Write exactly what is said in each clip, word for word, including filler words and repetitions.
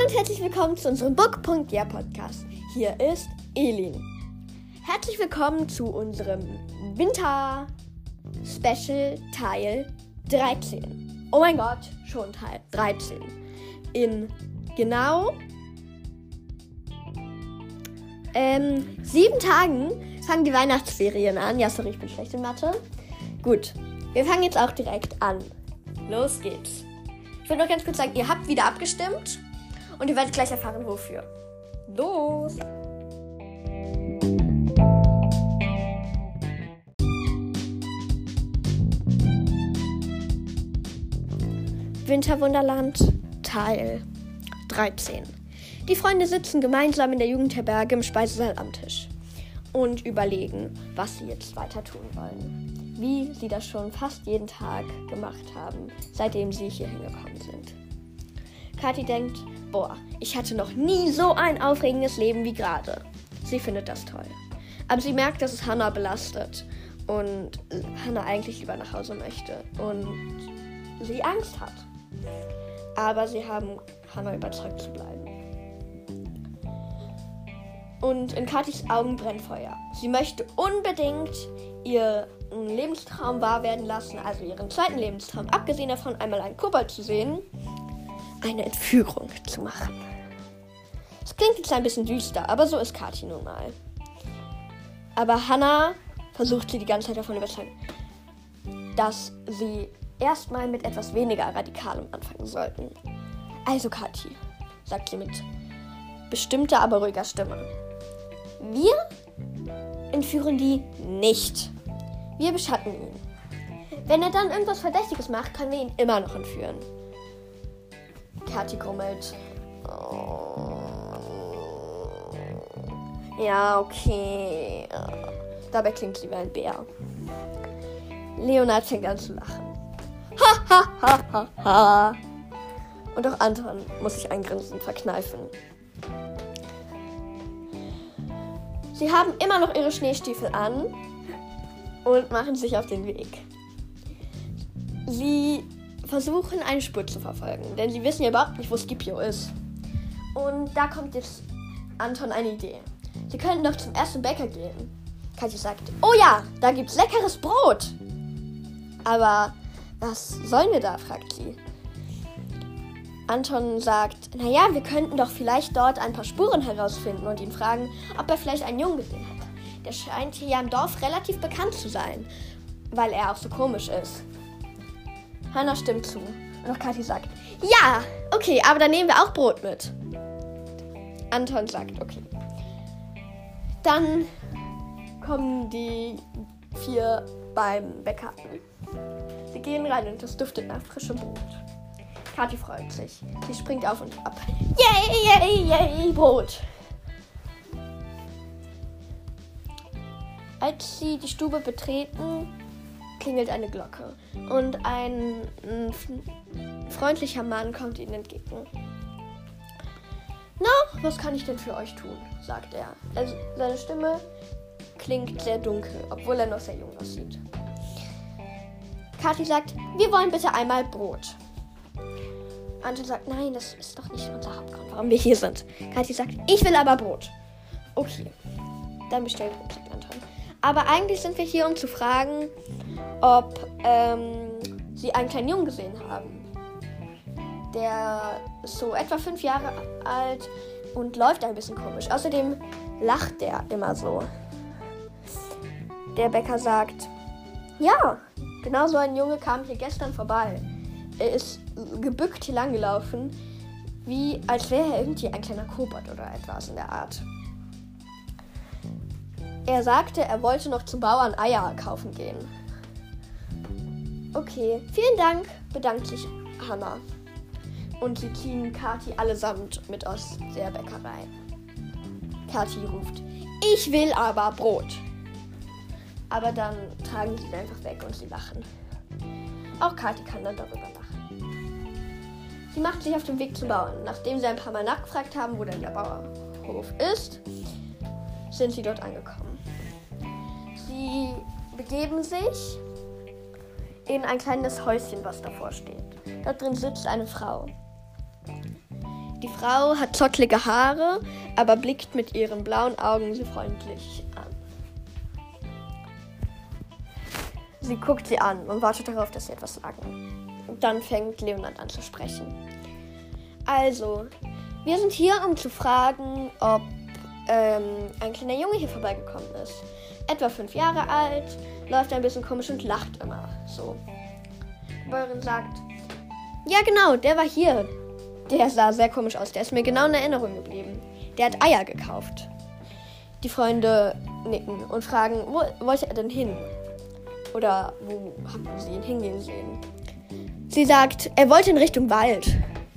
und herzlich willkommen zu unserem Book.ja Podcast. Hier ist Elin. Herzlich willkommen zu unserem Winter-Special Teil dreizehn. Oh mein Gott, schon Teil dreizehn. In genau ähm, sieben Tagen fangen die Weihnachtsferien an. Ja, sorry, ich bin schlecht in Mathe. Gut, wir fangen jetzt auch direkt an. Los geht's. Ich würde noch ganz kurz sagen, ihr habt wieder abgestimmt und ihr werdet gleich erfahren, wofür. Los! Winterwunderland, Teil dreizehn. Die Freunde sitzen gemeinsam in der Jugendherberge im Speisesaal am Tisch und überlegen, was sie jetzt weiter tun wollen. Wie sie das schon fast jeden Tag gemacht haben, seitdem sie hier hingekommen sind. Kathi denkt, boah, ich hatte noch nie so ein aufregendes Leben wie gerade. Sie findet das toll. Aber sie merkt, dass es Hannah belastet und Hannah eigentlich lieber nach Hause möchte und sie Angst hat. Aber sie haben Hannah überzeugt zu bleiben. Und in Kathis Augen brennt Feuer. Sie möchte unbedingt ihren Lebenstraum wahr werden lassen, also ihren zweiten Lebenstraum, abgesehen davon, einmal einen Kobold zu sehen, eine Entführung zu machen. Es klingt jetzt ein bisschen düster, aber so ist Kathi nun mal. Aber Hannah versucht sie die ganze Zeit davon überzeugen, dass sie erstmal mit etwas weniger Radikalem anfangen sollten. Also Kathi, sagt sie mit bestimmter, aber ruhiger Stimme. Wir entführen die nicht. Wir beschatten ihn. Wenn er dann irgendwas Verdächtiges macht, können wir ihn immer noch entführen. Kathi grummelt. Oh. Ja, okay. Dabei klingt sie wie ein Bär. Leonard fängt an zu lachen. Ha, ha, ha, ha, ha. Und auch Anton muss sich ein Grinsen verkneifen. Sie haben immer noch ihre Schneestiefel an und machen sich auf den Weg. Sie versuchen, eine Spur zu verfolgen, denn sie wissen ja überhaupt nicht, wo Scipio ist. Und da kommt jetzt Anton eine Idee. Sie könnten doch zum ersten Bäcker gehen. Kathi sagt, oh ja, da gibt's leckeres Brot. Aber was sollen wir da, fragt sie. Anton sagt, naja, wir könnten doch vielleicht dort ein paar Spuren herausfinden und ihn fragen, ob er vielleicht einen Jungen gesehen hat. Der scheint hier ja im Dorf relativ bekannt zu sein, weil er auch so komisch ist. Hannah stimmt zu. Und auch Kathi sagt, ja, okay, aber dann nehmen wir auch Brot mit. Anton sagt, okay. Dann kommen die vier beim Bäcker an. Sie gehen rein und es duftet nach frischem Brot. Kathi freut sich. Sie springt auf und ab. Yay, yay, yay, Brot. Als sie die Stube betreten, klingelt eine Glocke. Und ein, ein freundlicher Mann kommt ihnen entgegen. Na, was kann ich denn für euch tun? Sagt er. Also, seine Stimme klingt sehr dunkel, obwohl er noch sehr jung aussieht. Kathi sagt, wir wollen bitte einmal Brot. Anton sagt, nein, das ist doch nicht unser Hauptgrund, warum wir hier sind. Kathi sagt, ich will aber Brot. Okay, dann bestellen Brot, sagt Anton. Aber eigentlich sind wir hier, um zu fragen, ob ähm, sie einen kleinen Jungen gesehen haben. Der ist so etwa fünf Jahre alt und läuft ein bisschen komisch. Außerdem lacht der immer so. Der Bäcker sagt, ja, genau so ein Junge kam hier gestern vorbei. Er ist gebückt hier lang gelaufen, wie als wäre er irgendwie ein kleiner Kobold oder etwas in der Art. Er sagte, er wollte noch zum Bauern Eier kaufen gehen. Okay, vielen Dank, bedankt sich Hannah. Und sie ziehen Kathi allesamt mit aus der Bäckerei. Kathi ruft, ich will aber Brot. Aber dann tragen sie ihn einfach weg und sie lachen. Auch Kathi kann dann darüber lachen. Sie macht sich auf den Weg zum Bauern. Nachdem sie ein paar Mal nachgefragt haben, wo denn der Bauernhof ist, sind sie dort angekommen. Sie begeben sich in ein kleines Häuschen, was davor steht. Dort drin sitzt eine Frau. Die Frau hat zottlige Haare, aber blickt mit ihren blauen Augen sie freundlich an. Sie guckt sie an und wartet darauf, dass sie etwas sagen. Und dann fängt Leonard an zu sprechen. Also, wir sind hier, um zu fragen, ob ähm, ein kleiner Junge hier vorbeigekommen ist. Etwa fünf Jahre alt, läuft ein bisschen komisch und lacht immer so. Die Bäuerin sagt, ja genau, der war hier. Der sah sehr komisch aus, der ist mir genau in Erinnerung geblieben. Der hat Eier gekauft. Die Freunde nicken und fragen, wo wollte er denn hin? Oder wo haben sie ihn hingehen sehen? Sie sagt, er wollte in Richtung Wald.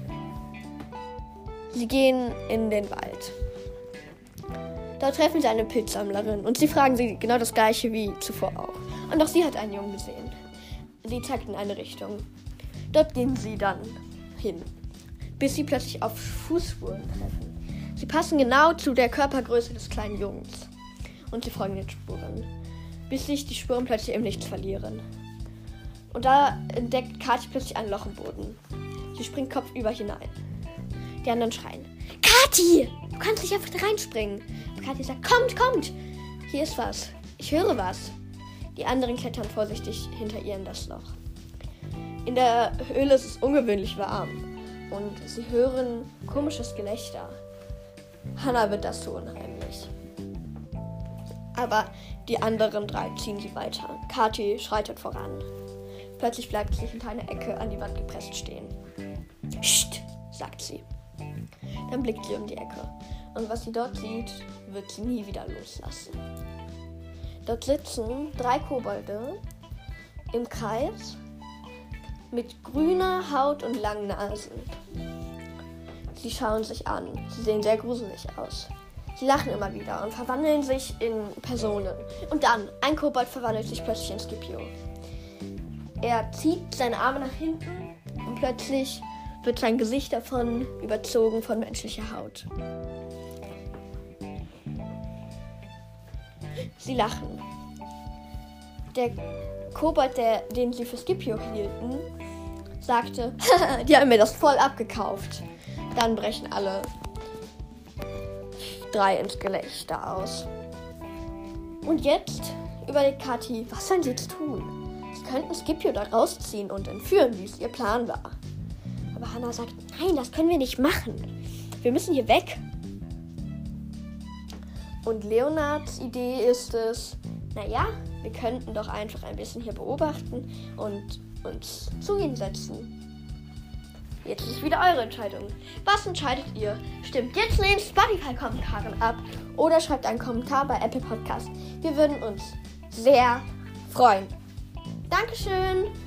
Sie gehen in den Wald. Dort treffen sie eine Pilzsammlerin und sie fragen sie genau das gleiche wie zuvor auch. Und auch sie hat einen Jungen gesehen. Sie zeigt in eine Richtung. Dort gehen sie dann hin, bis sie plötzlich auf Fußspuren treffen. Sie passen genau zu der Körpergröße des kleinen Jungs. Und sie folgen den Spuren, bis sich die Spuren plötzlich im Nichts verlieren. Und da entdeckt Kathi plötzlich ein Loch im Boden. Sie springt kopfüber hinein. Die anderen schreien, Kathi, du kannst nicht einfach da reinspringen. Und Kathi sagt, kommt, kommt, hier ist was, ich höre was. Die anderen klettern vorsichtig hinter ihr in das Loch. In der Höhle ist es ungewöhnlich warm und sie hören komisches Gelächter. Hannah wird das so unheimlich. Aber die anderen drei ziehen sie weiter. Kathi schreitet voran. Plötzlich bleibt sie hinter einer Ecke an die Wand gepresst stehen. Psst, sagt sie. Dann blickt sie um die Ecke. Und was sie dort sieht, wird sie nie wieder loslassen. Dort sitzen drei Kobolde im Kreis mit grüner Haut und langen Nasen. Sie schauen sich an. Sie sehen sehr gruselig aus. Sie lachen immer wieder und verwandeln sich in Personen. Und dann, ein Kobold verwandelt sich plötzlich in Scipio. Er zieht seine Arme nach hinten und plötzlich wird sein Gesicht davon überzogen von menschlicher Haut. Sie lachen. Der Kobold, der, den sie für Scipio hielten, sagte, die haben mir das voll abgekauft. Dann brechen alle drei ins Gelächter aus. Und jetzt überlegt Kathi, was sollen sie jetzt tun? Sie könnten Scipio da rausziehen und entführen, wie es ihr Plan war. Aber Hannah sagt, nein, das können wir nicht machen. Wir müssen hier weg. Und Leonards Idee ist es, naja, wir könnten doch einfach ein bisschen hier beobachten und uns zu ihnen setzen. Jetzt ist wieder eure Entscheidung. Was entscheidet ihr? Stimmt jetzt in den Spotify-Kommentaren ab oder schreibt einen Kommentar bei Apple Podcast. Wir würden uns sehr freuen. Dankeschön.